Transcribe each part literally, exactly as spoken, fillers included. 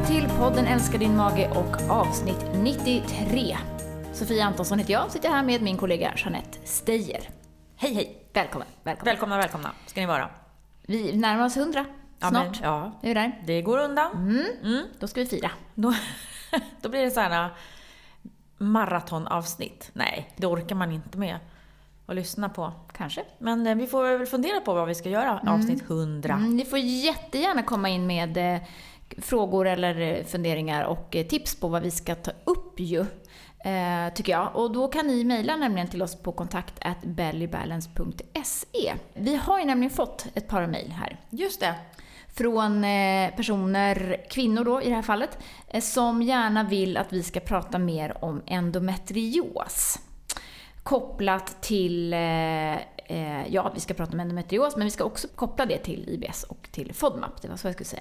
till podden Älskar din mage och avsnitt nittiotre. Sofia Antonsson heter jag, sitter här med min kollega Jeanette Steyer. Hej hej! Välkommen, välkommen. Välkomna, välkomna ska ni vara. Vi närmar oss hundra snart. Ja, men, ja. Är vi där? Det går undan. Mm. Mm. Då ska vi fira. Då, då blir det så här maratonavsnitt. Nej, det orkar man inte med att lyssna på. Kanske. Men eh, vi får väl fundera på vad vi ska göra. Mm. Avsnitt hundra. Mm, ni får jättegärna komma in med eh, frågor eller funderingar och eh, tips på vad vi ska ta upp ju. Eh, tycker jag. Och då kan ni mejla nämligen till oss på kontakt at bellybalance punkt se. Vi har ju nämligen fått ett par mejl här. Just det. Från eh, personer, kvinnor då i det här fallet, eh, som gärna vill att vi ska prata mer om endometrios. Kopplat till, eh, eh, ja vi ska prata om endometrios, men vi ska också koppla det till I B S och till FODMAP, det var så jag skulle säga.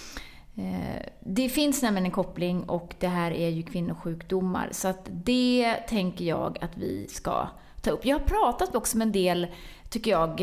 Det finns nämligen en koppling och det här är ju kvinnosjukdomar. Så att det tänker jag att vi ska ta upp. Jag har pratat också med en del, tycker jag,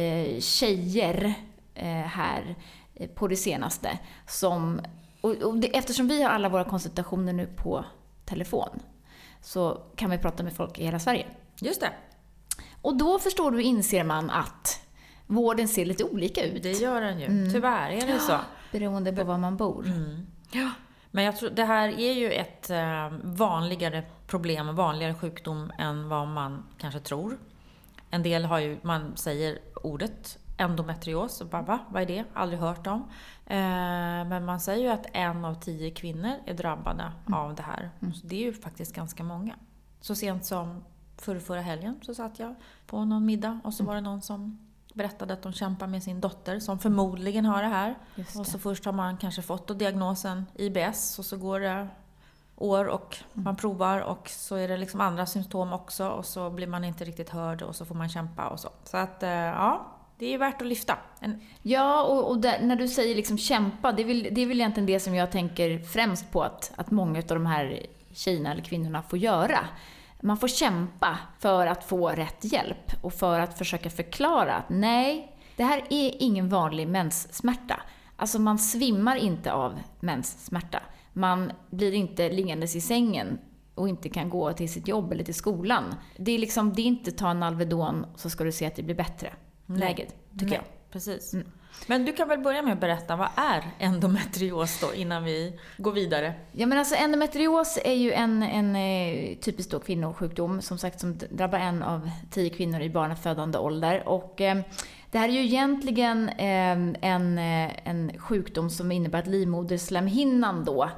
tjejer här på det senaste. Som, och det, eftersom vi har alla våra konsultationer nu på telefon så kan vi prata med folk i hela Sverige. Just det. Och då förstår du, inser man att vården ser lite olika ut. Det gör den ju. Mm. Tyvärr är det så. Beroende på var man bor. Mm. Ja. Men jag tror det här är ju ett eh, vanligare problem, vanligare sjukdom än vad man kanske tror. En del har ju, man säger ordet endometrios och bara, va? Vad är det? Aldrig hört om. Eh, men man säger ju att en av tio kvinnor är drabbade mm. av det här. Mm. Så det är ju faktiskt ganska många. Så sent som förra, förra helgen så satt jag på någon middag och så var det någon som berättade att de kämpar med sin dotter som förmodligen har det här. Det. Och så först har man kanske fått då diagnosen I B S och så går det år och mm. man provar och så är det liksom andra symptom också och så blir man inte riktigt hörd och så får man kämpa och så. Så att ja, det är värt att lyfta. En... Ja, och, och där, när du säger liksom kämpa, det är, väl, det är väl egentligen det som jag tänker främst på att, att många av de här tjejerna eller kvinnorna får göra. Man får kämpa för att få rätt hjälp och för att försöka förklara att nej, det här är ingen vanlig menssmärta. Alltså man svimmar inte av menssmärta. Man blir inte liggandes i sängen och inte kan gå till sitt jobb eller till skolan. Det är liksom, det är inte ta en Alvedon så ska du se att det blir bättre. Nej. Läget, tycker nej, jag. Precis. Mm. Men du kan väl börja med att berätta, vad är endometrios då innan vi går vidare? Ja, men alltså endometrios är ju en, en typisk då kvinnosjukdom som sagt som drabbar en av tio kvinnor i barnafödande ålder. Och eh, det här är ju egentligen eh, en, en sjukdom som innebär att livmoderslemhinnan då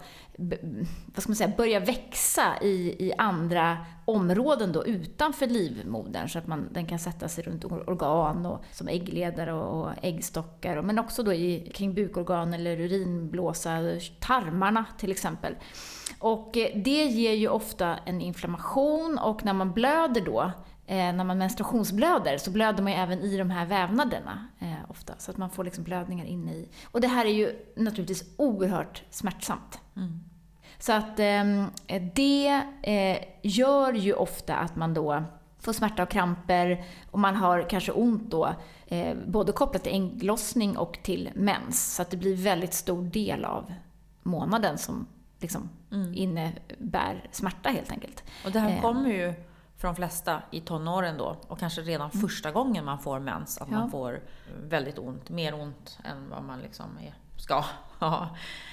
vad ska man säga, börjar växa i, i andra områden då utanför livmodern så att man, den kan sätta sig runt organ och, som äggledare och, och äggstockar och, men också då i, kring bukorgan eller urinblåsa, tarmarna till exempel. Och det ger ju ofta en inflammation och när man blöder då, eh, när man menstruationsblöder så blöder man ju även i de här vävnaderna eh, ofta så att man får liksom blödningar inne i. Och det här är ju naturligtvis oerhört smärtsamt. Mm. Så att eh, det eh, gör ju ofta att man då får smärta och kramper och man har kanske ont då eh, både kopplat till ägglossning och till mens. Så att det blir väldigt stor del av månaden som liksom mm. innebär smärta helt enkelt. Och det här eh. kommer ju från flesta i tonåren då och kanske redan mm. första gången man får mens att ja. man får väldigt ont, mer ont än vad man liksom är, ska ha.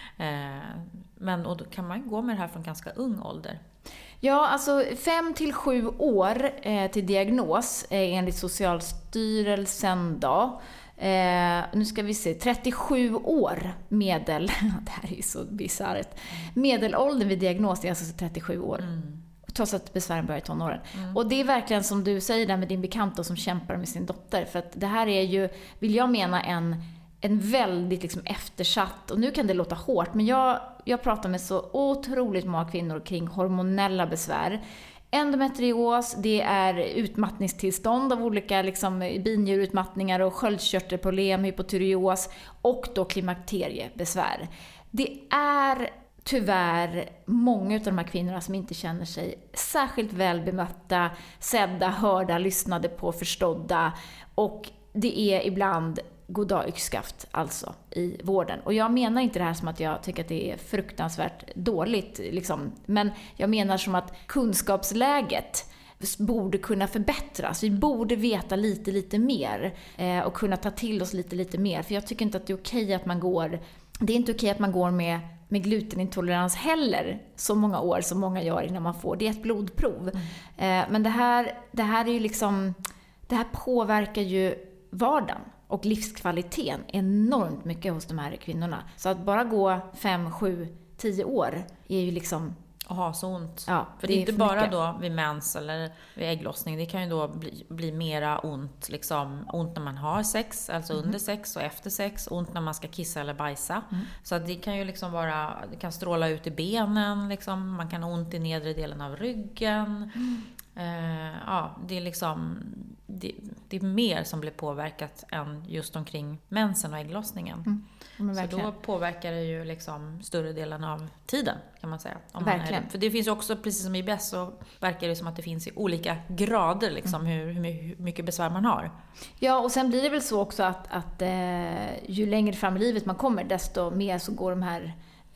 Men och då kan man gå med det här från ganska ung ålder. Ja, alltså fem till sju år eh, till diagnos eh, enligt Socialstyrelsen då. Eh, nu ska vi se, trettiosju år medel, det här är ju så bisarrt. Medelåldern vid diagnos är alltså trettiosju år. Mm. Trots att besvären börjar i tonåren. Mm. Och det är verkligen som du säger där med din bekanta som kämpar med sin dotter. För att det här är ju, vill jag mena, en en väldigt liksom eftersatt, och nu kan det låta hårt, men jag, jag pratar med så otroligt många kvinnor kring hormonella besvär. Endometrios, det är utmattningstillstånd av olika liksom, binjurutmattningar och sköldkörtelproblem, hypotyreos och då klimakteriebesvär. Det är tyvärr många av de här kvinnorna som inte känner sig särskilt väl bemötta, sedda, hörda, lyssnade på, förstådda, och det är ibland goddag yxskaft alltså i vården. Och jag menar inte det här som att jag tycker att det är fruktansvärt dåligt liksom. Men jag menar som att kunskapsläget borde kunna förbättras. Vi borde veta lite, lite mer eh, och kunna ta till oss lite, lite mer. För jag tycker inte att det är okej att man går... Det är inte okej att man går med, med glutenintolerans heller så många år som många gör innan man får. Det är ett blodprov. Mm. Eh, men det här, det här är ju liksom... Det här påverkar ju vardagen och livskvaliteten enormt mycket hos de här kvinnorna. Så att bara gå fem, sju, tio år är ju liksom... Och ha så ont. Ja, för det, det är inte bara mycket. Då vid mens eller vid ägglossning. Det kan ju då bli, bli mera ont, liksom, ont när man har sex, alltså mm. under sex och efter sex. Ont när man ska kissa eller bajsa. Mm. Så att det kan ju liksom vara, det kan stråla ut i benen. Liksom. Man kan ha ont i nedre delen av ryggen. Mm. Uh, ja, det är liksom... Det, det är mer som blir påverkat än just omkring mensen och ägglossningen. Mm. Så då påverkar det ju liksom större delen av tiden, kan man säga. Om verkligen. Man är, för det finns ju också, precis som i I B S, så verkar det som att det finns i olika grader liksom, mm. hur, hur mycket besvär man har. Ja, och sen blir det väl så också att, att eh, ju längre fram i livet man kommer, desto mer så går de här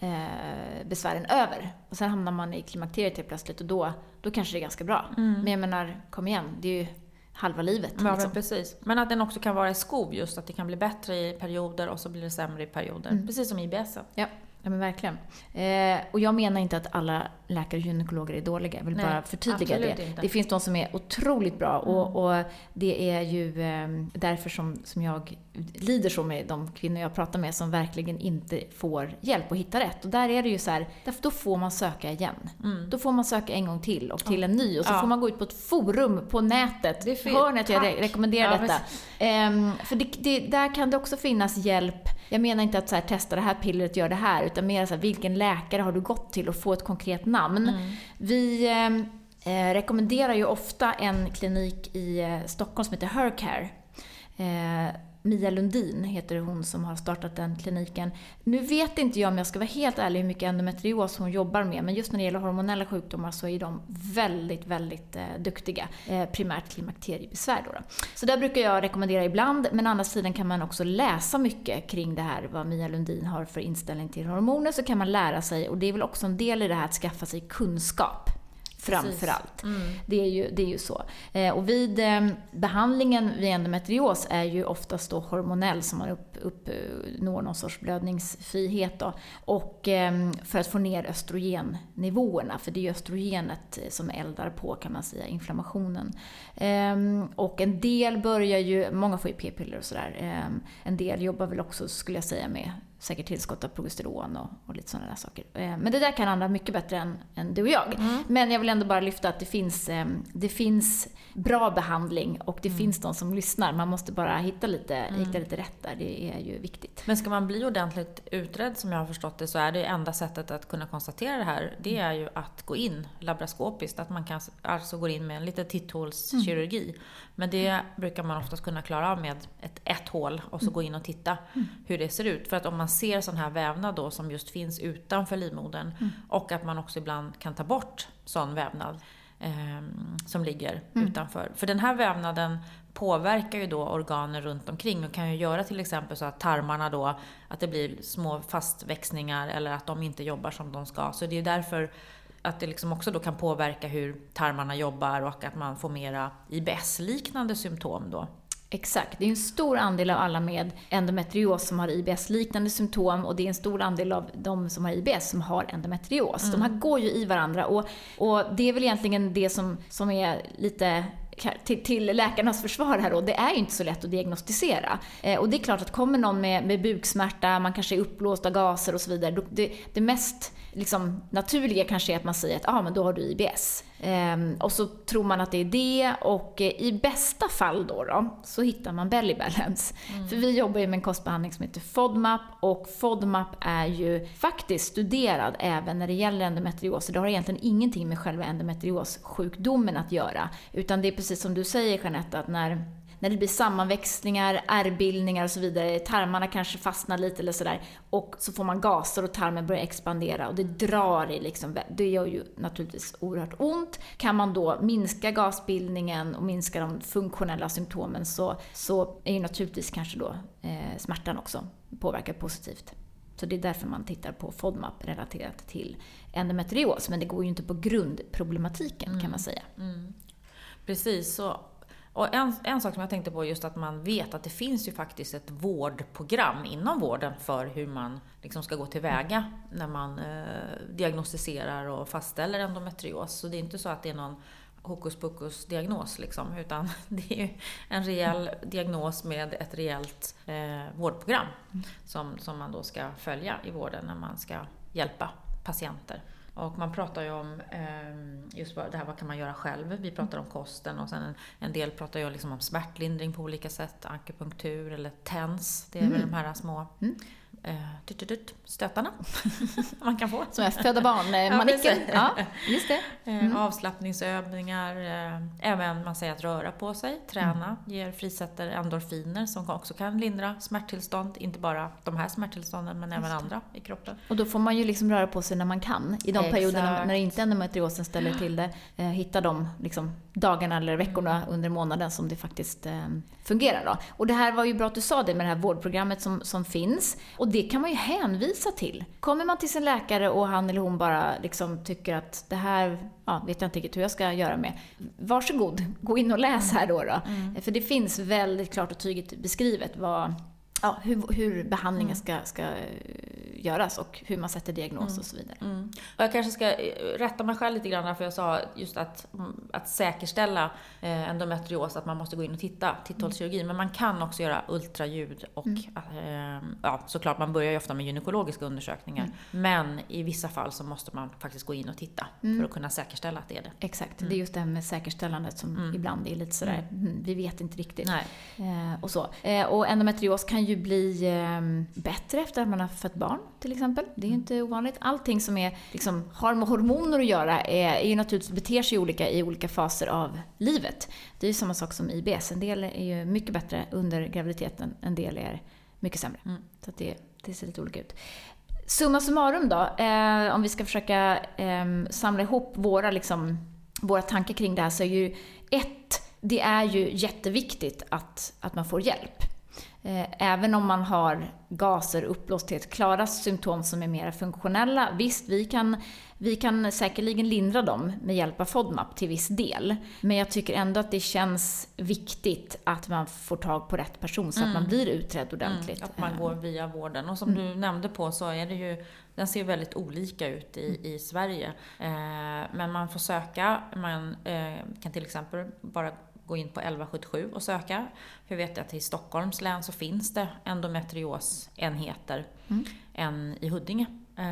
eh, besvären över. Och sen hamnar man i klimakteriet helt plötsligt och då, då kanske det är ganska bra. Mm. Men jag menar, kom igen, det är ju halva livet. Ja, liksom. Precis. Men att den också kan vara i skov, just att det kan bli bättre i perioder och så blir det sämre i perioder. Mm. Precis som i I B S. Ja. Ja, men verkligen. Eh, och jag menar inte att alla läkare och gynekologer är dåliga. Jag vill Nej, bara förtydliga det. Inte. Det finns de som är otroligt bra. Mm. Och, och det är ju eh, därför som, som jag lider så med de kvinnor jag pratar med som verkligen inte får hjälp att hitta rätt. Och där är det ju så här, därför då får man söka igen. Mm. Då får man söka en gång till och till en ny. Och så ja. får man gå ut på ett forum på nätet. Det är Hör ni att jag re- rekommenderar ja, detta? Eh, för det, det, där kan det också finnas hjälp. Jag menar inte att så här, testa det här pillret, gör det här, utan mer så här, vilken läkare har du gått till och få ett konkret namn. Mm. Vi eh, rekommenderar ju ofta en klinik i eh, Stockholm som heter Hercare. Eh, Mia Lundin heter hon som har startat den kliniken. Nu vet inte jag, om jag ska vara helt ärlig, hur mycket endometrios hon jobbar med. Men just när det gäller hormonella sjukdomar så är de väldigt, väldigt eh, duktiga. Eh, primärt klimakteriebesvär då, då. Så där brukar jag rekommendera ibland. Men å andra sidan kan man också läsa mycket kring det här. Vad Mia Lundin har för inställning till hormoner, så kan man lära sig. Och det är väl också en del i det här att skaffa sig kunskap. Framförallt. Mm. Det, är ju, det är ju så. Eh, och vid eh, behandlingen vid endometrios är ju oftast då hormonell, som man upp, uppnår någon sorts blödningsfrihet då. Och eh, för att få ner östrogennivåerna, för det är ju östrogenet som eldar på, kan man säga, inflammationen. Eh, och en del börjar ju, många får ju p-piller och sådär. Eh, en del jobbar väl också, skulle jag säga, med säkert tillskott av progesteron och, och lite sådana där saker. Eh, men det där kan andra mycket bättre än, än du och jag. Mm. Men jag vill ändå bara lyfta att det finns, eh, det finns bra behandling och det mm. finns de som lyssnar. Man måste bara hitta lite, mm. hitta lite rätt där. Det är ju viktigt. Men ska man bli ordentligt utredd, som jag har förstått det, så är det enda sättet att kunna konstatera det här, det är ju att gå in laparoskopiskt. Att man kan, alltså går in med en liten titthålskirurgi. Mm. Men det mm. brukar man oftast kunna klara av med ett, ett hål och så mm. gå in och titta mm. hur det ser ut. För att om man ser sån här vävnad då som just finns utanför livmodern mm. och att man också ibland kan ta bort sån vävnad eh, som ligger mm. utanför. För den här vävnaden påverkar ju då organen runt omkring och kan ju göra till exempel så att tarmarna då, att det blir små fastväxningar eller att de inte jobbar som de ska. Så det är därför att det liksom också då kan påverka hur tarmarna jobbar och att man får mera I B S-liknande symptom då. Exakt, det är en stor andel av alla med endometrios som har I B S-liknande symptom, och det är en stor andel av de som har I B S som har endometrios. Mm. De här går ju i varandra, och, och det är väl egentligen det som, som är lite till, till läkarnas försvar här då. Det är ju inte så lätt att diagnostisera. Eh, och det är klart att kommer någon med, med buksmärta, man kanske är uppblåst av gaser och så vidare, då, det, det mest liksom naturliga kanske är att man säger att ah, men då har du I B S. Ehm, och så tror man att det är det, och eh, i bästa fall då, då så hittar man belly balance. Mm. För vi jobbar ju med en kostbehandling som heter FODMAP, och FODMAP är ju faktiskt studerad även när det gäller endometrios. Det har egentligen ingenting med själva endometriossjukdomen att göra, utan det är precis som du säger, Jeanette, att när när det blir sammanväxningar, ärrbildningar och så vidare, tarmarna kanske fastnar lite eller sådär, och så får man gaser och tarmen börjar expandera och det drar i liksom, det gör ju naturligtvis oerhört ont. Kan man då minska gasbildningen och minska de funktionella symptomen så, så är ju naturligtvis kanske då eh, smärtan också påverkar positivt. Så det är därför man tittar på FODMAP relaterat till endometrios. Men det går ju inte på grundproblematiken mm. kan man säga. Mm. Precis. Så, och en, en sak som jag tänkte på just att man vet att det finns ju faktiskt ett vårdprogram inom vården för hur man liksom ska gå tillväga när man eh, diagnostiserar och fastställer endometrios. Så det är inte så att det är någon hokus pokus diagnos liksom, utan det är ju en rejäl diagnos med ett rejält eh, vårdprogram mm. som, som man då ska följa i vården när man ska hjälpa patienter. Och man pratar ju om eh, just det här, vad kan man göra själv? Vi pratar om kosten och sen en, en del pratar ju liksom om smärtlindring på olika sätt, akupunktur eller TENS, det är mm. väl de här små mm. eh, stötarna man kan få. Som är födda barn, eh, manicken. Ja, just det. Mm. Avslappningsövningar, eh, även man säger att röra på sig, träna, mm. ger frisätter endorfiner som också kan lindra smärttillstånd, inte bara de här smärttillstånden men även andra i kroppen. Och då får man ju liksom röra på sig när man kan, i de Exakt. perioderna när inte endometriosen ställer till det, eh, hitta de liksom dagarna eller veckorna mm. under månaden som det faktiskt eh, fungerar då. Och det här var ju bra att du sa det med det här vårdprogrammet som, som finns, och det kan man ju hänvisa till. Kommer man till sin läkare och han eller hon bara liksom tycker att det här, ja, vet jag inte riktigt hur jag ska göra med. Varsågod, gå in och läs här då. då. Mm. För det finns väldigt klart och tydligt beskrivet vad, ja, hur, hur behandlingen ska, ska göras och hur man sätter diagnos mm. och så vidare. Mm. Och jag kanske ska rätta mig själv lite grann, för jag sa just att, att säkerställa endometrios, att man måste gå in och titta titthålskirurgi, mm. men man kan också göra ultraljud och mm. ja, såklart man börjar ju ofta med gynekologiska undersökningar, mm. men i vissa fall så måste man faktiskt gå in och titta mm. för att kunna säkerställa att det är det. Exakt, mm. det är just det här med säkerställandet som mm. ibland är lite sådär, mm. vi vet inte riktigt. Nej. Eh, och så. Eh, och endometrios kan ju bli eh, bättre efter att man har fött barn till exempel. Det är ju inte ovanligt. Allting som är, liksom, har med hormoner att göra är, är ju naturligtvis, beter sig olika i olika faser av livet. Det är ju samma sak som I B S. En del är ju mycket bättre under graviditeten, en del är mycket sämre. Mm. Så att det, det ser lite olika ut. Summa summarum då, eh, om vi ska försöka eh, samla ihop våra, liksom, våra tankar kring det här, så är ju ett, det är ju jätteviktigt att, att man får hjälp. Även om man har gaser, uppblåsthet, klara symptom som är mer funktionella. Visst, vi kan, vi kan säkerligen lindra dem med hjälp av FODMAP till viss del. Men jag tycker ändå att det känns viktigt att man får tag på rätt person så mm. att man blir utredd ordentligt. Mm, att man går via vården. Och som mm. du nämnde på så är det ju, den ser väldigt olika ut i, mm. i Sverige. Eh, men man får söka, man eh, kan till exempel bara gå in på elva sjuttiosju och söka. För jag vet att i Stockholms län så finns det endometriosenheter. Mm. En i Huddinge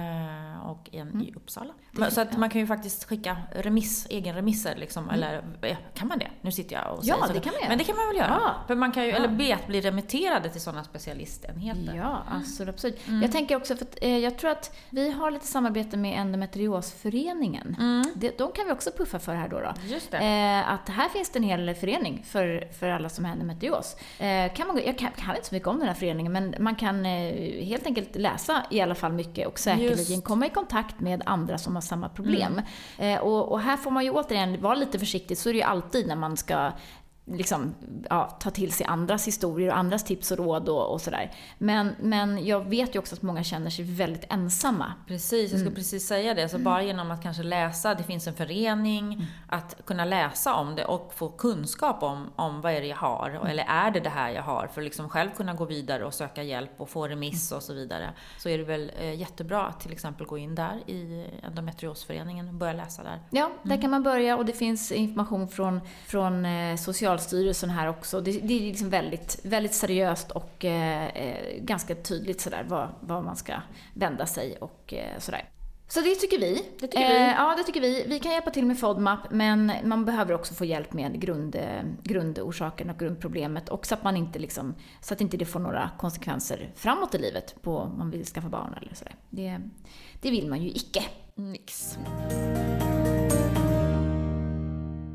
eh, och en mm. i Uppsala. Men, så att man kan ju faktiskt skicka remiss, egen remisser liksom, mm. eller kan man det? Nu sitter jag och säger ja, så. Det kan man göra. Men det kan man väl göra. Ja. För man kan ju, ja. eller be att bli remitterade till sådana specialistenheter. Ja, alltså, absolut. Mm. Jag tänker också, för att, eh, jag tror att vi har lite samarbete med Endometriosföreningen. Mm. De, de kan vi också puffa för här då. då. Just det. Eh, att här finns det en hel förening för, för alla som har endometrios. Eh, kan man, jag kan, kan inte så mycket om den här föreningen, men man kan eh, helt enkelt läsa i alla fall mycket och säkerligen komma i kontakt med andra som har samma problem. Mm. Eh, och, och här får man ju återigen vara lite försiktig, så är det ju alltid när man ska liksom, ja, ta till sig andras historier och andras tips och råd och, och sådär. Men, men jag vet ju också att många känner sig väldigt ensamma. Precis, jag ska mm. precis säga det. Så mm. bara genom att kanske läsa, det finns en förening, mm. att kunna läsa om det och få kunskap om, om vad är det jag har, mm. eller är det det här jag har, för att liksom själv kunna gå vidare och söka hjälp och få remiss och så vidare. Så är det väl eh, jättebra att till exempel gå in där i Endometriosföreningen och börja läsa där. Ja, där mm. kan man börja, och det finns information från, från eh, social styrelsen här också. Det, det är liksom väldigt, väldigt seriöst och eh, ganska tydligt sådär vad, vad man ska vända sig och eh, sådär. Så det tycker vi. Det tycker vi. Eh, ja, det tycker vi. Vi kan hjälpa till med FODMAP, men man behöver också få hjälp med grund, grundorsaken och grundproblemet, och så att man inte liksom, så att inte det får några konsekvenser framåt i livet på om man vill skaffa barn eller sådär. Det, det vill man ju icke. Nix.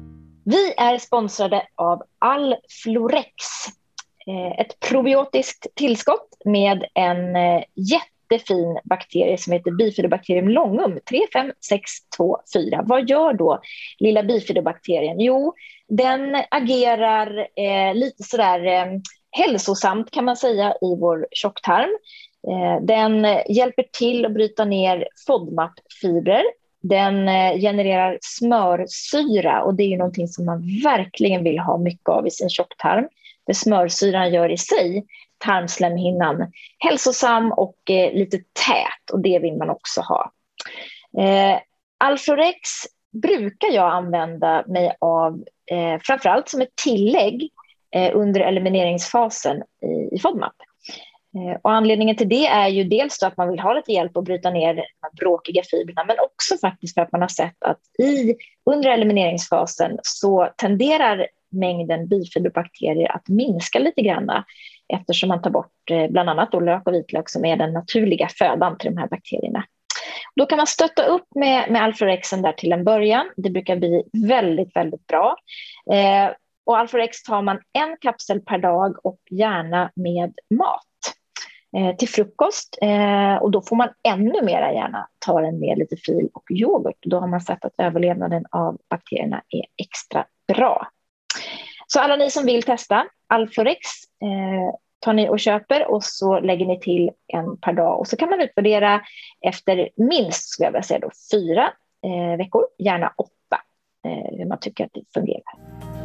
Vi är sponsrade av Alflorex, ett probiotiskt tillskott med en jättefin bakterie som heter Bifidobacterium longum tre fem sex två fyra. Vad gör då lilla bifidobakterien? Jo, den agerar eh, lite sådär eh, hälsosamt kan man säga i vår tjocktarm. Eh, den hjälper till att bryta ner FODMAP-fibrer. Den eh, genererar smörsyra och det är ju någonting som man verkligen vill ha mycket av i sin tjocktarm. Det smörsyran gör i sig tarmslemhinnan hälsosam och eh, lite tät, och det vill man också ha. Eh, Alflorex brukar jag använda mig av eh, framförallt som ett tillägg eh, under elimineringsfasen i, i FODMAP. Eh, och anledningen till det är ju dels då att man vill ha lite hjälp att bryta ner de här bråkiga fibrerna, men också faktiskt för att man har sett att i, under elimineringsfasen så tenderar mängden bifidobakterier att minska lite grann, eftersom man tar bort eh, bland annat då lök och vitlök som är den naturliga födan till de här bakterierna. Då kan man stötta upp med, med Alflorexen där till en början. Det brukar bli väldigt, väldigt bra. Eh, och Alflorex tar man en kapsel per dag och gärna med mat eh, till frukost. Eh, och då får man ännu mera gärna ta den med lite fil och yoghurt. Då har man sett att överlevnaden av bakterierna är extra bra. Så alla ni som vill testa Alflorex eh, tar ni och köper och så lägger ni till en per dag. Och så kan man utvärdera efter minst, skulle jag vilja säga då, fyra eh, veckor, gärna åtta, eh, hur man tycker att det fungerar.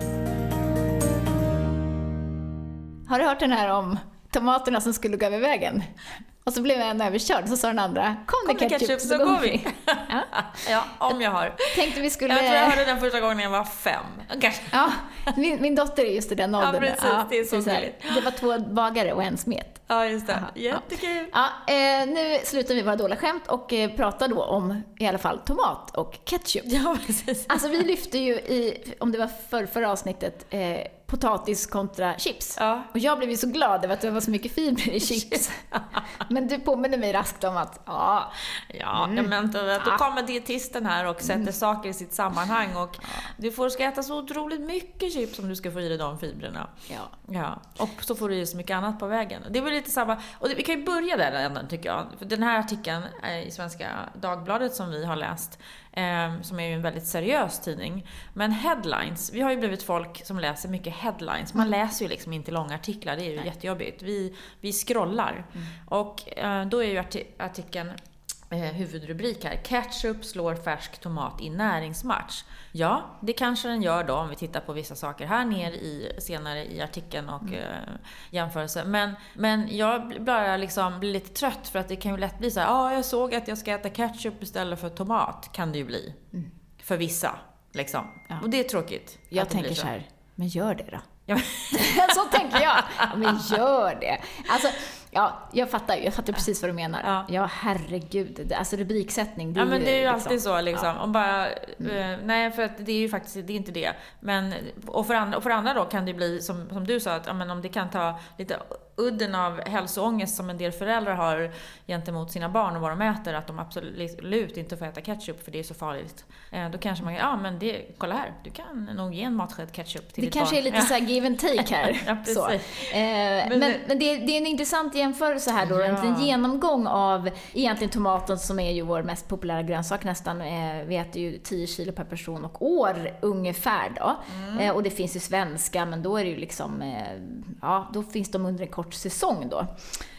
Har du hört den här om tomaterna som skulle gå över vägen? Och så blev en överkörd, så sa den andra, kom med ketchup, ketchup så, så går vi. Ja. Ja, om jag har. Tänkte vi skulle... Jag tror jag hörde den första gången jag var fem. Okay. Ja, min, min dotter är just i den åldern. Ja, precis, ja, det är så gulligt. Det var två bagare och en smet. Ja, just det. Aha, jättekul. Ja, ja eh, nu slutar vi vara dåliga skämt och eh, pratar då om i alla fall tomat och ketchup. Ja, precis. Alltså vi lyfte ju i, om det var för, förra avsnittet, eh, potatis kontra chips. Ja. Och jag blev ju så glad över att det var så mycket fibrer i chips. Men du påminner mig raskt om att ja, ja mm. men då, då kommer dietisten här och sätter mm. saker i sitt sammanhang och ja. Du får ska äta så otroligt mycket chips om du ska få i dig de fibrerna. Ja. Ja. Och så får du i så mycket annat på vägen. Det är väl lite samma, och det, vi kan ju börja där änden tycker jag. För den här artikeln i Svenska Dagbladet som vi har läst, eh, som är ju en väldigt seriös tidning, men headlines, vi har ju blivit folk som läser mycket headlines. Man läser ju liksom inte långa artiklar, det är ju Nej. jättejobbigt. Vi, vi scrollar. Mm. Och eh, då är ju arti- artikeln eh, huvudrubrik här: ketchup slår färsk tomat i näringsmatch. Ja, det kanske den gör då om vi tittar på vissa saker här ner i, senare i artikeln och mm. eh, jämförelse. Men, men jag bara liksom blir lite trött för att det kan ju lätt bli så här, ja ah, jag såg att jag ska äta ketchup istället för tomat, kan det ju bli. Mm. För vissa, liksom. Ja. Och det är tråkigt. Jag tänker så här, men gör det då. Ja. Så tänker jag. Ja, men gör det. Alltså, ja, jag fattar, jag fattar precis vad du menar. Ja, ja herregud. Alltså rubriksättning. Det ja, men det är ju liksom, alltid så liksom. Ja. Om bara, mm. Nej, för att det är ju faktiskt det är inte det. Men, och, för andra, och för andra då kan det bli, som, som du sa, att ja, men om det kan ta lite udden av hälsoångest som en del föräldrar har gentemot sina barn och vad de äter, att de absolut inte får äta ketchup för det är så farligt. Då kanske man, ja men det, kolla här, du kan nog ge en matsked ketchup till det ditt kanske barn. Är lite så här give and take här. Ja, precis. Så. Eh, men men, men det, det är en intressant jämförelse här då, ja. En genomgång av egentligen tomaten som är ju vår mest populära grönsak nästan. Eh, vi äter ju tio kilo per person och år ungefär då. Mm. Eh, och det finns ju svenska, men då är det ju liksom, eh, ja, då finns de under en kort säsong då.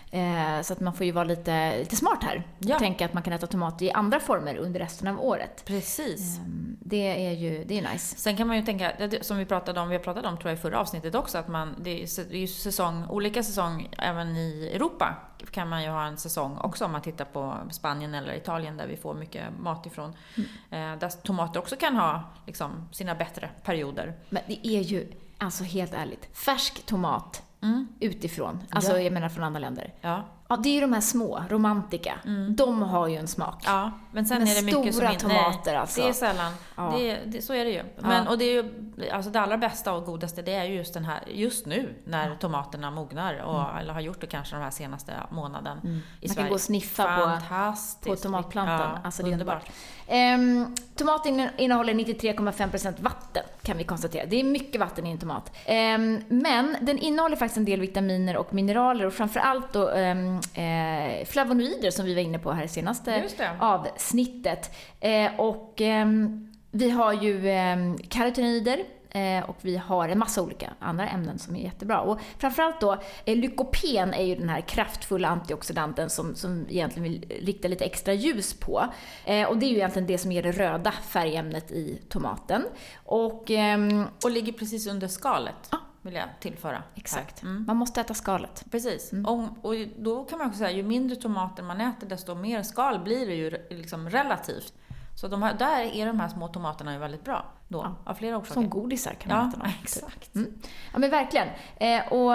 Eh, så att man får ju vara lite, lite smart här. Ja. Och tänka att man kan äta tomat i andra former under resten av året. Precis. Eh, det är ju det är nice. Sen kan man ju tänka, som vi pratade om, vi har pratat om tror jag i förra avsnittet också, att man, det är ju säsong, olika säsong även i Europa kan man ju ha en säsong också om man tittar på Spanien eller Italien där vi får mycket mat ifrån. Mm. Eh, där tomater också kan ha liksom, sina bättre perioder. Men det är ju, alltså helt ärligt, färsk tomat Mm. utifrån, alltså ja. Jag menar från andra länder. Ja. Ja, det är ju de här små, romantika. Mm. De har ju en smak. Ja, men sen men är det mycket som stora tomater nej, alltså. Det är sällan. Ja. Det, det, så är det ju. Men, och det är ju alltså det allra bästa och godaste, det är ju just den här, just nu när tomaterna mognar och, mm. eller har gjort det kanske den här senaste månaden mm. i Man Sverige. kan gå och sniffa på, på tomatplantan. Ja, alltså det är underbart. Um, tomaten innehåller nittiotre komma fem procent vatten, kan vi konstatera. Det är mycket vatten i en tomat. Um, men den innehåller faktiskt en del vitaminer och mineraler och framförallt då um, uh, flavonoider som vi var inne på här i senaste avsnittet. Uh, och um, vi har ju um, karotenoider. Och vi har en massa olika andra ämnen som är jättebra. Och framförallt då, lykopen är ju den här kraftfulla antioxidanten som, som egentligen vill rikta lite extra ljus på. Och det är ju egentligen det som ger det röda färgämnet i tomaten. Och, och ligger precis under skalet. Ja. Vill jag tillföra. Exakt. Mm. Man måste äta skalet. Precis. Mm. Och, och då kan man också säga, ju mindre tomater man äter, desto mer skal blir det ju liksom relativt. Så de här, där är de här små tomaterna ju väldigt bra då, ja. Av flera orsaker. Som godisar kan man ja, äta dem. Exakt. Mm. Ja, men verkligen. Eh, och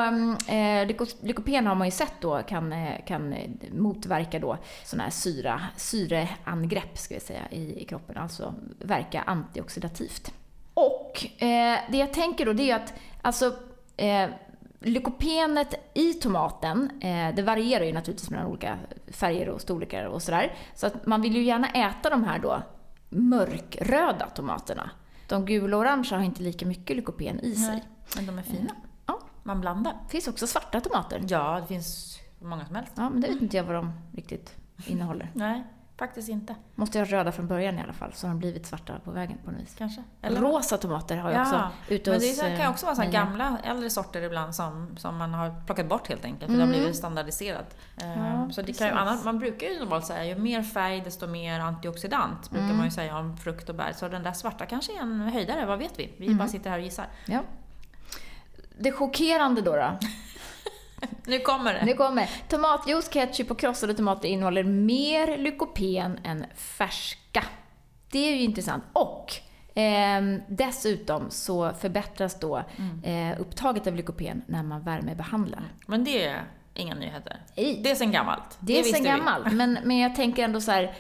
eh, lykopen har man ju sett då kan, kan motverka då såna här syra, syreangrepp ska vi säga i, i kroppen, alltså verka antioxidativt. Och eh, det jag tänker då, det är att alltså eh, lykopenet i tomaten, eh, det varierar ju naturligtvis mellan olika färger och storlekar och sådär. Så att man vill ju gärna äta de här då mörkröda tomaterna. De gula och orangea har inte lika mycket lykopen i sig. Nej, men de är fina. Eh, ja. Man blandar. Det finns också svarta tomater. Ja, det finns många som helst. Ja, men det vet inte jag vad de riktigt innehåller. Nej, faktiskt inte. Måste jag ha röda från början i alla fall, så har de blivit svarta på vägen på något vis. Kanske. Eller rosa tomater har jag ja, också ute hos, men det kan också vara så här nya. gamla, äldre sorter ibland som, som man har plockat bort helt enkelt. För mm. det har blivit standardiserat. Ja, så det kan ju, annars, man brukar ju normalt säga, ju mer färg desto mer antioxidant. Brukar mm. man ju säga om frukt och bär. Så den där svarta kanske är en höjdare, vad vet vi? Vi mm. bara sitter här och gissar. Ja. Det chockerande då då? Nu kommer det. Nu kommer. Tomatjuice, ketchup och krossade tomater innehåller mer lykopen än färska. Det är ju intressant. Och eh, dessutom så förbättras då mm. eh, upptaget av lykopen när man värmebehandlar. Men det är inga nyheter. I. Det är sen gammalt. Det, det är sen gammalt. Men, men jag tänker ändå så här,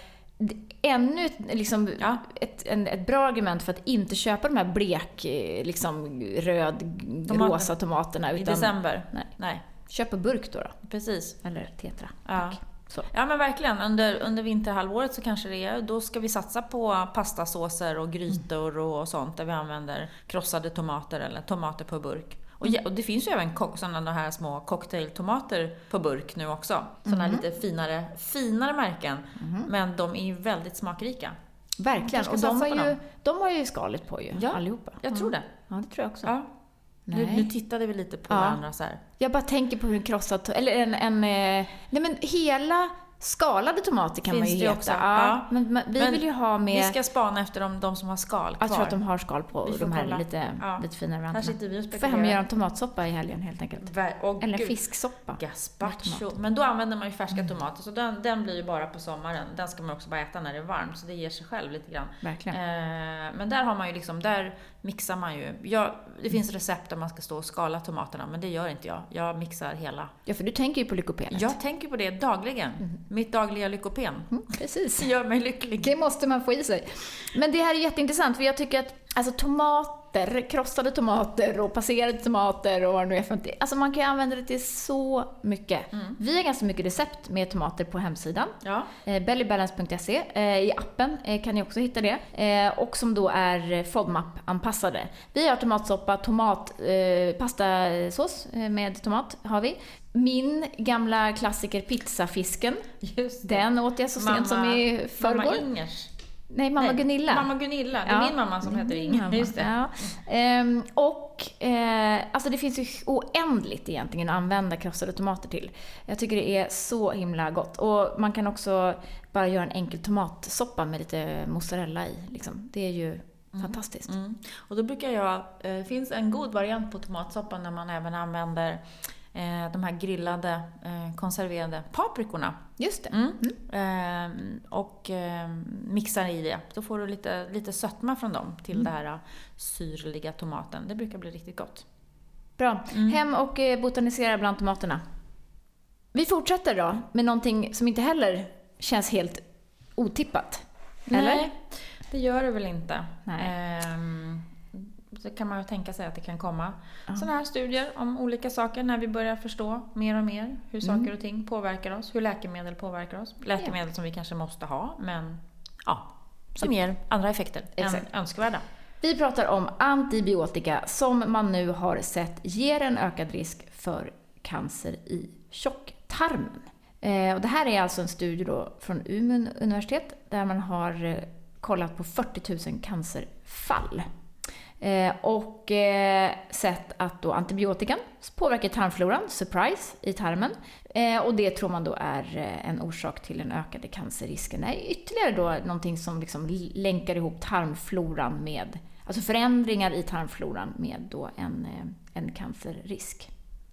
ännu liksom, ja. ett, en, ett bra argument för att inte köpa de här blek, liksom, röd, Tomater. rosa tomaterna. Utan, i december. Nej. nej. Köp på burk då, då. Precis. Eller tetra. Ja. Så. Ja, men verkligen. Under, under vinterhalvåret så kanske det är, då ska vi satsa på pastasåser och grytor mm. och sånt där vi använder krossade tomater eller tomater på burk. Och, ja, och det finns ju även sådana här små cocktailtomater på burk nu också. Sådana mm. lite finare, finare märken. Mm. Men de är ju väldigt smakrika. Verkligen. Och de har, ju, de har ju skalet på ju, ja, allihopa. jag tror det. Ja, det tror jag också. Ja. Nu, nu tittade vi lite på ja. varandra så här. Jag bara tänker på hur en krossad, eller en, en nej men hela skalade tomater kan finns man ju det heta. också. Ja, ja. Men, men vi men vill ju ha med... Vi ska spana efter de, de som har skal kvar. Jag tror att de har skal på de här kolla. lite, ja. lite finare rantarna. Här sitter vi och spekulerar. Får hem och göra en tomatsoppa i helgen helt enkelt. Oh, eller Gud. fisksoppa. Gazpacho. Men då använder man ju färska mm. tomater. Så den, den blir ju bara på sommaren. Den ska man också bara äta när det är varmt. Så det ger sig själv lite grann. Verkligen. Eh, men där har man ju liksom, där mixar man ju. Jag, det finns recept där man ska stå och skala tomaterna. Men det gör inte jag. Jag mixar hela. Ja, för du tänker ju på lykopenet. Jag tänker på det dagligen. Mm. Mitt dagliga lykopen. Mm, precis. Det gör mig lycklig. Det måste man få i sig. Men det här är jätteintressant, för jag tycker att alltså, tomater, krossade tomater och passerade tomater och vad det nu är för någonting. Alltså man kan ju använda det till så mycket. Mm. Vi har ganska mycket recept med tomater på hemsidan. Ja. Eh, bellybalance punkt se. Eh, I appen eh, kan ni också hitta det. Eh, och som då är FODMAP-anpassade. Vi har tomatsoppa, tomat, eh, pastasås eh, med tomat har vi. Min gamla klassiker pizzafisken. Just det. Den åt jag så sent som i förrgår. Mamma Ingers. Nej, mamma Nej, Gunilla. Mamma Gunilla, det är ja. min mamma som heter Inger. Just det. Ja. Ehm, och eh, alltså det finns ju oändligt egentligen att använda krossade tomater till. Jag tycker det är så himla gott. Och man kan också bara göra en enkel tomatsoppa med lite mozzarella i. Liksom. Det är ju mm. fantastiskt. Mm. Och då brukar jag, det eh, finns en god variant på tomatsoppan när man även använder de här grillade, eh, konserverade paprikorna. Just det. Mm. Mm. Eh, och eh, mixar i det. Då får du lite, lite sötma från dem till mm. det här syrliga tomaten. Det brukar bli riktigt gott. Bra. Mm. Hem och botanisera bland tomaterna. Vi fortsätter då med någonting som inte heller känns helt otippat. Eller? Nej, det gör det väl inte. Nej. Ehm, så kan man ju tänka sig att det kan komma Ja. sådana här studier om olika saker när vi börjar förstå mer och mer hur saker Mm. och ting påverkar oss, hur läkemedel påverkar oss. Läkemedel som vi kanske måste ha, men ja, som ger andra effekter Exakt. än önskvärda. Vi pratar om antibiotika som man nu har sett ger en ökad risk för cancer i tjocktarmen. Eh, och det här är alltså en studie då från Umeå universitet där man har eh, kollat på fyrtio tusen cancerfall. Eh, och eh, sett att då antibiotikan påverkar tarmfloran, surprise, i tarmen. Eh, och det tror man då är eh, en orsak till den ökade cancerrisken. Det är ytterligare då någonting som liksom länkar ihop tarmfloran med, alltså förändringar i tarmfloran med då en, eh, en cancerrisk.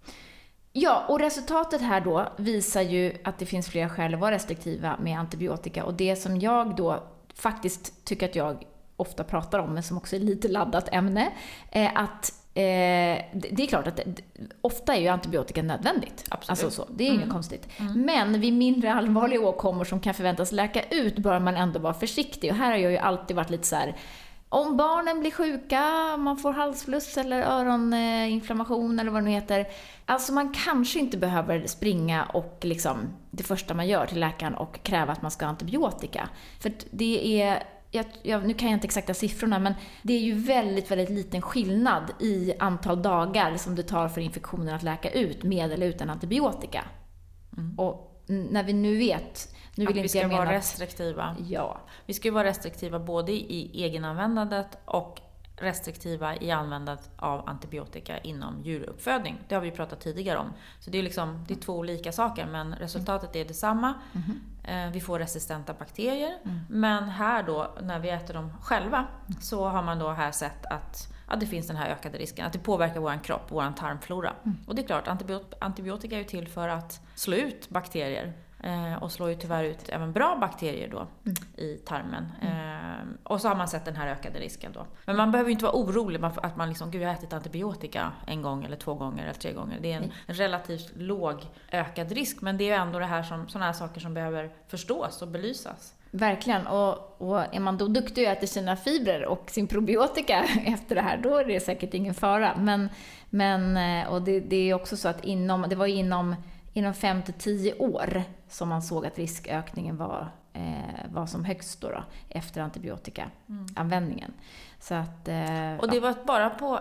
Ja, och resultatet här då visar ju att det finns flera skäl att vara restriktiva med antibiotika. Och det som jag då faktiskt tycker att jag ofta pratar om, men som också är lite laddat ämne, är att eh, det är klart att det, ofta är ju antibiotika nödvändigt. Absolut. Alltså så, det är mm. inget konstigt. Mm. Men vid mindre allvarliga åkommor som kan förväntas läka ut bör man ändå vara försiktig. Och här har jag ju alltid varit lite så här: om barnen blir sjuka, man får halsfluss eller öroninflammation eller vad det nu heter. Alltså man kanske inte behöver springa och liksom det första man gör till läkaren och kräva att man ska ha antibiotika. För det är, jag, jag, nu kan jag inte exakta siffrorna, men det är ju väldigt, väldigt liten skillnad i antal dagar som det tar för infektionen att läka ut med eller utan antibiotika. Mm. Och när vi nu vet... Nu vill att vi ska vara att... restriktiva. Ja. Vi ska vara restriktiva både i egenanvändandet och restriktiva i användandet av antibiotika inom djuruppfödning. Det har vi pratat tidigare om. Så det är, liksom, det är två olika saker, men resultatet är detsamma. Mm. Vi får resistenta bakterier. Mm. Men här då, när vi äter dem själva, så har man då här sett att, att det finns den här ökade risken. Att det påverkar vår kropp, vår tarmflora. Mm. Och det är klart, antibiotika är ju till för att slå ut bakterier. Och slår ju tyvärr ut även bra bakterier då mm. i tarmen. Mm. Och så har man sett den här ökade risken då. Men man behöver ju inte vara orolig att man liksom, gud jag har ätit antibiotika en gång eller två gånger eller tre gånger. Det är en mm. relativt låg ökad risk. Men det är ju ändå det här som, sådana här saker som behöver förstås och belysas. Verkligen, och, och är man då duktig och äter sina fibrer och sin probiotika efter det här, då är det säkert ingen fara. Men, men och det, det är också så att inom, det var inom Inom fem till tio år som man såg att riskökningen var, eh, var som högst då då, efter antibiotikaanvändningen. Mm. Så att, eh, och det var bara på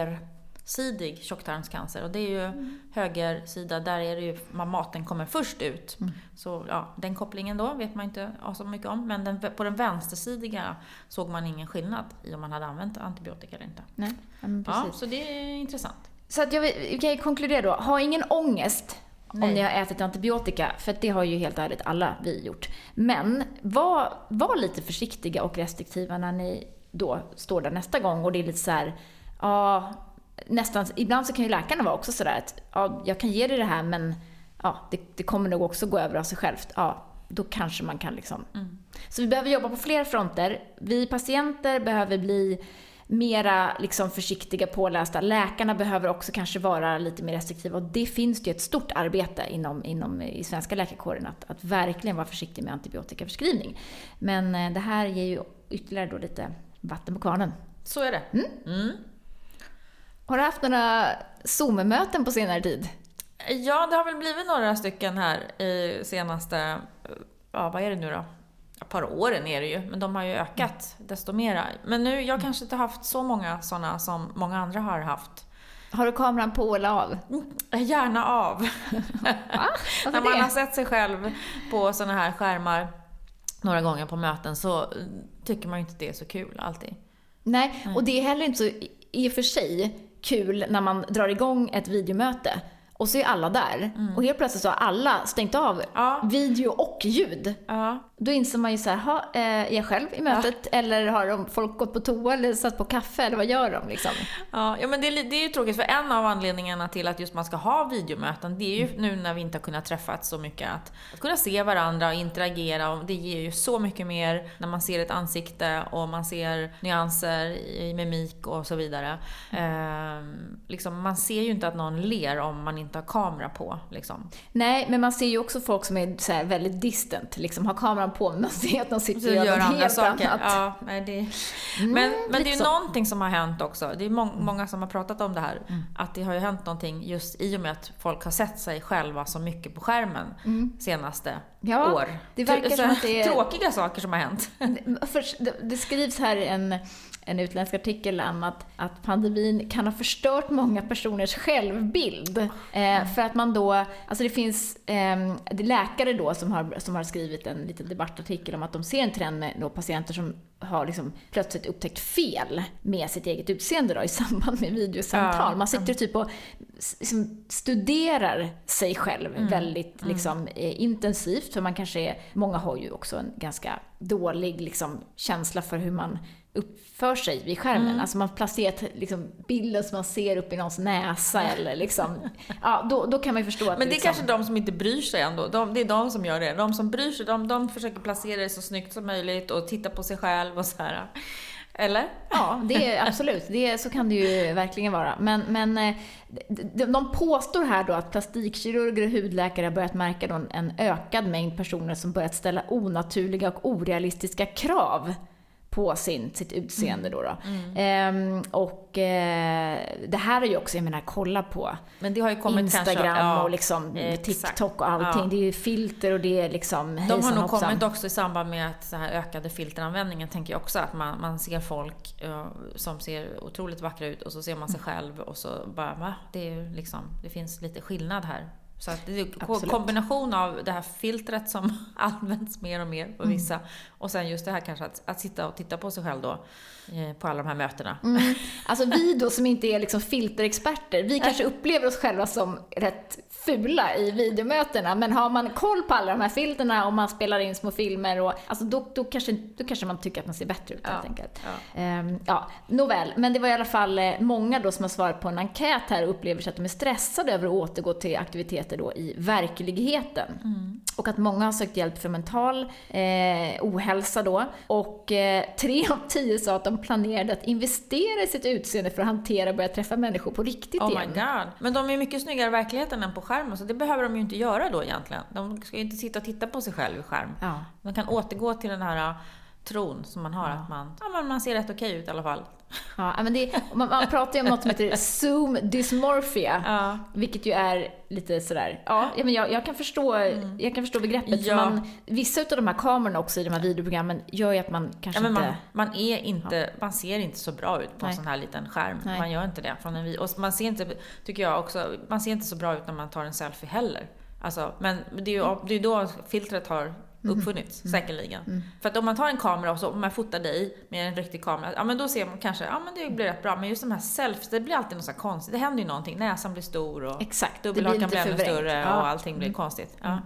högersidig tjocktarmscancer. Och det är ju mm. högersida, där är det ju, maten kommer först ut. Mm. Så ja, den kopplingen då vet man inte så mycket om. Men den, på den vänstersidiga såg man ingen skillnad i om man hade använt antibiotika eller inte. Nej, men precis. Ja, så det är intressant. Så att jag vill, kan jag konkludera då, ha ingen ångest. Nej. Om ni har ätit antibiotika, för det har ju helt ärligt alla vi gjort. Men var, var lite försiktiga och restriktiva när ni då står där nästa gång och det är lite så här, ja, nästan, ibland så kan ju läkarna vara också sådär att ja, jag kan ge dig det här, men ja, det, det kommer nog också gå över av sig självt. Ja, då kanske man kan liksom. Mm. Så vi behöver jobba på fler fronter. Vi patienter behöver bli mera liksom försiktiga, pålästa. Läkarna behöver också kanske vara lite mer restriktiva. Och det finns ju ett stort arbete inom, inom i svenska läkarkåren att, att verkligen vara försiktig med antibiotikaförskrivning. Men det här ger ju ytterligare då lite vatten på kvarnen. Så är det. Mm. Mm. Har du haft några Zoom-möten på senare tid? Ja, det har väl blivit några stycken här i senaste, ja vad är det nu då? Ett par åren är det ju, men de har ju ökat mm. desto mera. Men nu, jag kanske inte haft så många sådana som många andra har haft. Har du kameran på eller av? Mm, gärna av. När man det? har sett sig själv på såna här skärmar några gånger på möten så tycker man ju inte det är så kul alltid. Nej, Nej. Och det är heller inte så i och för sig kul när man drar igång ett videomöte. Och så är alla där. Mm. Och helt plötsligt så har alla stängt av ja. video och ljud. Ja. Då inser man ju så här, ha, eh, är jag själv i mötet ja. eller har de folk gått på toa eller satt på kaffe eller vad gör de liksom? Ja, ja men det är, det är ju tråkigt, för en av anledningarna till att just man ska ha videomöten, det är ju nu när vi inte har kunnat träffas så mycket, att, att kunna se varandra och interagera, och det ger ju så mycket mer när man ser ett ansikte och man ser nyanser i mimik och så vidare. Eh, liksom, man ser ju inte att någon ler om man inte har kamera på liksom. Nej, men man ser ju också folk som är så här väldigt distant, liksom har kameran på, men man ser att de sitter och gör, gör andra helt saker. annat. Ja, nej, det... Mm, men men det är ju så. någonting som har hänt också. Det är må- mm. många som har pratat om det här. Mm. Att det har ju hänt någonting just i och med att folk har sett sig själva så mycket på skärmen mm. senaste ja, år. Det verkar som att det är... Tråkiga saker som har hänt. Det, det skrivs här en... en utländsk artikel om att, att pandemin kan ha förstört många personers självbild. Eh, för att man då, alltså det finns eh, det är läkare då som har, som har skrivit en liten debattartikel om att de ser en trend med då patienter som har liksom plötsligt upptäckt fel med sitt eget utseende då, i samband med videosamtal. Man sitter typ och liksom studerar sig själv mm. väldigt liksom, mm. eh, intensivt, för man kanske är, många har ju också en ganska dålig liksom, känsla för hur man uppför sig vid skärmen. Mm. Alltså man placerar liksom bilden som man ser upp i någons näsa eller liksom, ja, då, då kan man ju förstå att men det är liksom... kanske de som inte bryr sig ändå. De, det är de som gör det. De som bryr sig, de, de försöker placera det så snyggt som möjligt och titta på sig själv och så här. Eller? Ja, det är absolut. Det, så kan det ju verkligen vara. Men, men de, de påstår här då att plastikkirurger och hudläkare har börjat märka då en ökad mängd personer som börjat ställa onaturliga och orealistiska krav på sin, sitt utseende då. då. Mm. Ehm, och eh, det här är ju också, jag menar, kolla på men det har ju kommit Instagram kanske, ja, och liksom eh, TikTok och allting. Ja. Det är ju filter och det är liksom de har nog hoppsan. kommit också i samband med att så här ökade filteranvändningen, tänker jag också, att man, man ser folk uh, som ser otroligt vackra ut och så ser man sig själv och så bara, va? Det är ju liksom, det finns lite skillnad här. Så att det är en kombination av det här filtret som används mer och mer på vissa mm. och sen just det här kanske att, att sitta och titta på sig själv då eh, på alla de här mötena. Mm. Alltså vi då som inte är liksom filterexperter, vi kanske upplever oss själva som rätt fula i videomötena, men har man koll på alla de här filterna och man spelar in små filmer och alltså då, då, kanske, då kanske man tycker att man ser bättre ut, ja. helt enkelt. Ja. Um, ja, nåväl, men det var i alla fall många då som har svarat på en enkät här och upplever sig att de är stressade över att återgå till aktiviteter då i verkligheten. Mm. Och att många har sökt hjälp för mental eh, ohälsa då. Och eh, tre av tio sa att de planerade att investera i sitt utseende för att hantera och börja träffa människor på riktigt oh igen. My God. Men de är mycket snyggare i verkligheten än på skärmen, så det behöver de ju inte göra då egentligen. De ska ju inte sitta och titta på sig själv i skärm. Ja. De kan återgå till den här tron som man har, ja. att man, ja, man ser rätt okej ut i alla fall. Ja, men det, man, man pratar ju om något som heter Zoom dysmorphia, ja. vilket ju är lite sådär, ja, men jag, jag, kan förstå, mm. jag kan förstå begreppet, ja. för man, vissa av de här kamerorna också i de här videoprogrammen gör ju att man kanske ja, men inte... Man, man, är inte ja. man ser inte så bra ut på Nej. en sån här liten skärm. Nej. Man gör inte det från en video. Och man ser inte, tycker jag också, man ser inte så bra ut när man tar en selfie heller. Alltså, men det är ju det är då filtret har uppfunnits, mm. säkerligen. Mm. För att om man tar en kamera och så om man fotar dig med en riktig kamera, ja men då ser man kanske, ja men det blir rätt bra, men just de här selfies, det blir alltid något så konstigt. Det händer ju någonting, näsan blir stor och exakt, dubbelhakan blir ännu större ja. och allting blir mm. konstigt. Ja.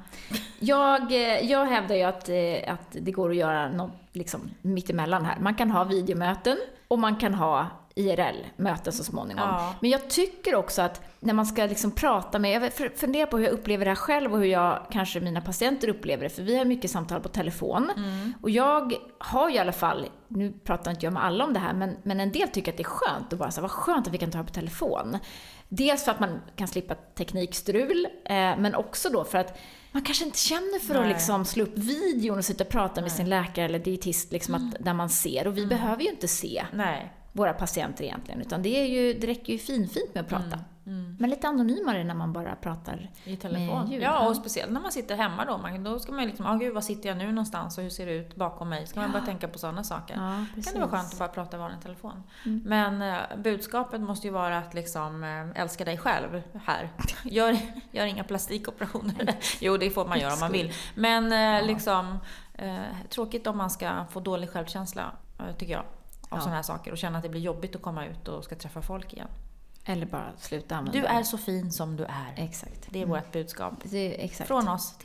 Jag, jag hävdar ju att, att det går att göra något liksom mittemellan här. Man kan ha videomöten och man kan ha I R L-möten så småningom. Ja. Men jag tycker också att när man ska liksom prata med, jag funderar på hur jag upplever det här själv och hur jag kanske mina patienter upplever det, för vi har mycket samtal på telefon. Mm. Och jag har ju i alla fall, nu pratar inte jag med alla om det här, men, men en del tycker att det är skönt att bara säga, vad skönt att vi kan ta det på telefon. Dels för att man kan slippa teknikstrul, eh, men också då för att man kanske inte känner för Nej. att liksom slå upp videon och sitta och prata Nej. med sin läkare eller dietist liksom mm. att, där man ser, och vi mm. behöver ju inte se. Nej. våra patienter egentligen, utan det är ju, det räcker ju finfint med att prata. Mm, mm. Men lite anonymare när man bara pratar i telefon. Ljud, ja, och speciellt när man sitter hemma då. Man, då ska man liksom, ja oh, gud, vad sitter jag nu någonstans och hur ser det ut bakom mig? Ska man ja. bara tänka på sådana saker. Ja, kan det vara skönt att bara prata i vanlig telefon. Mm. Men eh, budskapet måste ju vara att liksom eh, älska dig själv här. Gör, gör inga plastikoperationer. Jo, det får man göra om man vill. Men eh, ja. liksom eh, tråkigt om man ska få dålig självkänsla, eh, tycker jag. Av ja. sådana här saker och känna att det blir jobbigt att komma ut och ska träffa folk igen. Eller bara sluta använda. Du är så fin som du är. Exakt. Det är mm. vårt budskap. Det är, exakt. Från oss till er.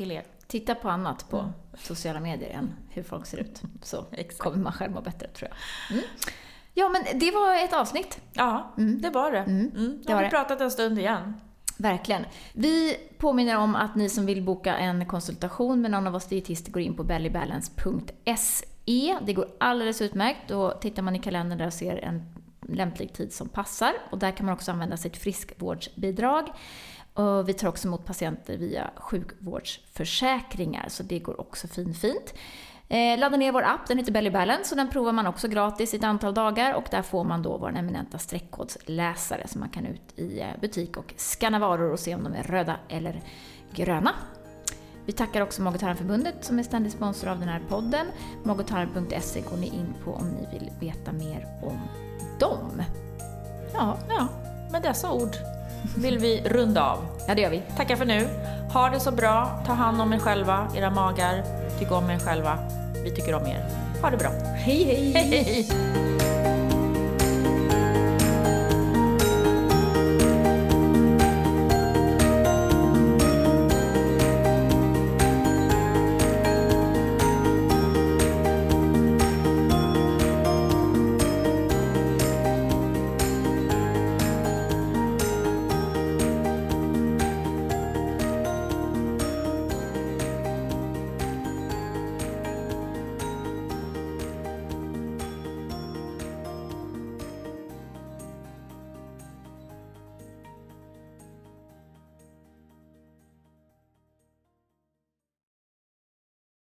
Titta på annat på mm. sociala medier än hur folk ser ut. Så Exakt. Kommer man själv må bättre, tror jag. Mm. Ja, men det var ett avsnitt. Ja, mm. det var det. Mm. Mm. Det har vi pratat en stund igen. Verkligen. Vi påminner om att ni som vill boka en konsultation med någon av oss dietister går in på bellybalance punkt se. Det går alldeles utmärkt. Då tittar man i kalendern där och ser en lämplig tid som passar. Och där kan man också använda sitt friskvårdsbidrag. Och vi tar också emot patienter via sjukvårdsförsäkringar, så det går också fint fint. Eh, ladda ner vår app, den heter Belly Balance, och den provar man också gratis i ett antal dagar, och där får man då vår eminenta streckkodsläsare som man kan ut i butik och scanna varor och se om de är röda eller gröna. Vi tackar också Mag-tarmförbundet som är ständig sponsor av den här podden. Mag-tarm punkt se går ni in på om ni vill veta mer om dem. Ja, ja, med dessa ord vill vi runda av. Ja, det gör vi. Tackar för nu. Ha det så bra. Ta hand om er själva, era magar. Tyck om er själva. Vi tycker om er. Ha det bra. Hej, hej. Hej, hej.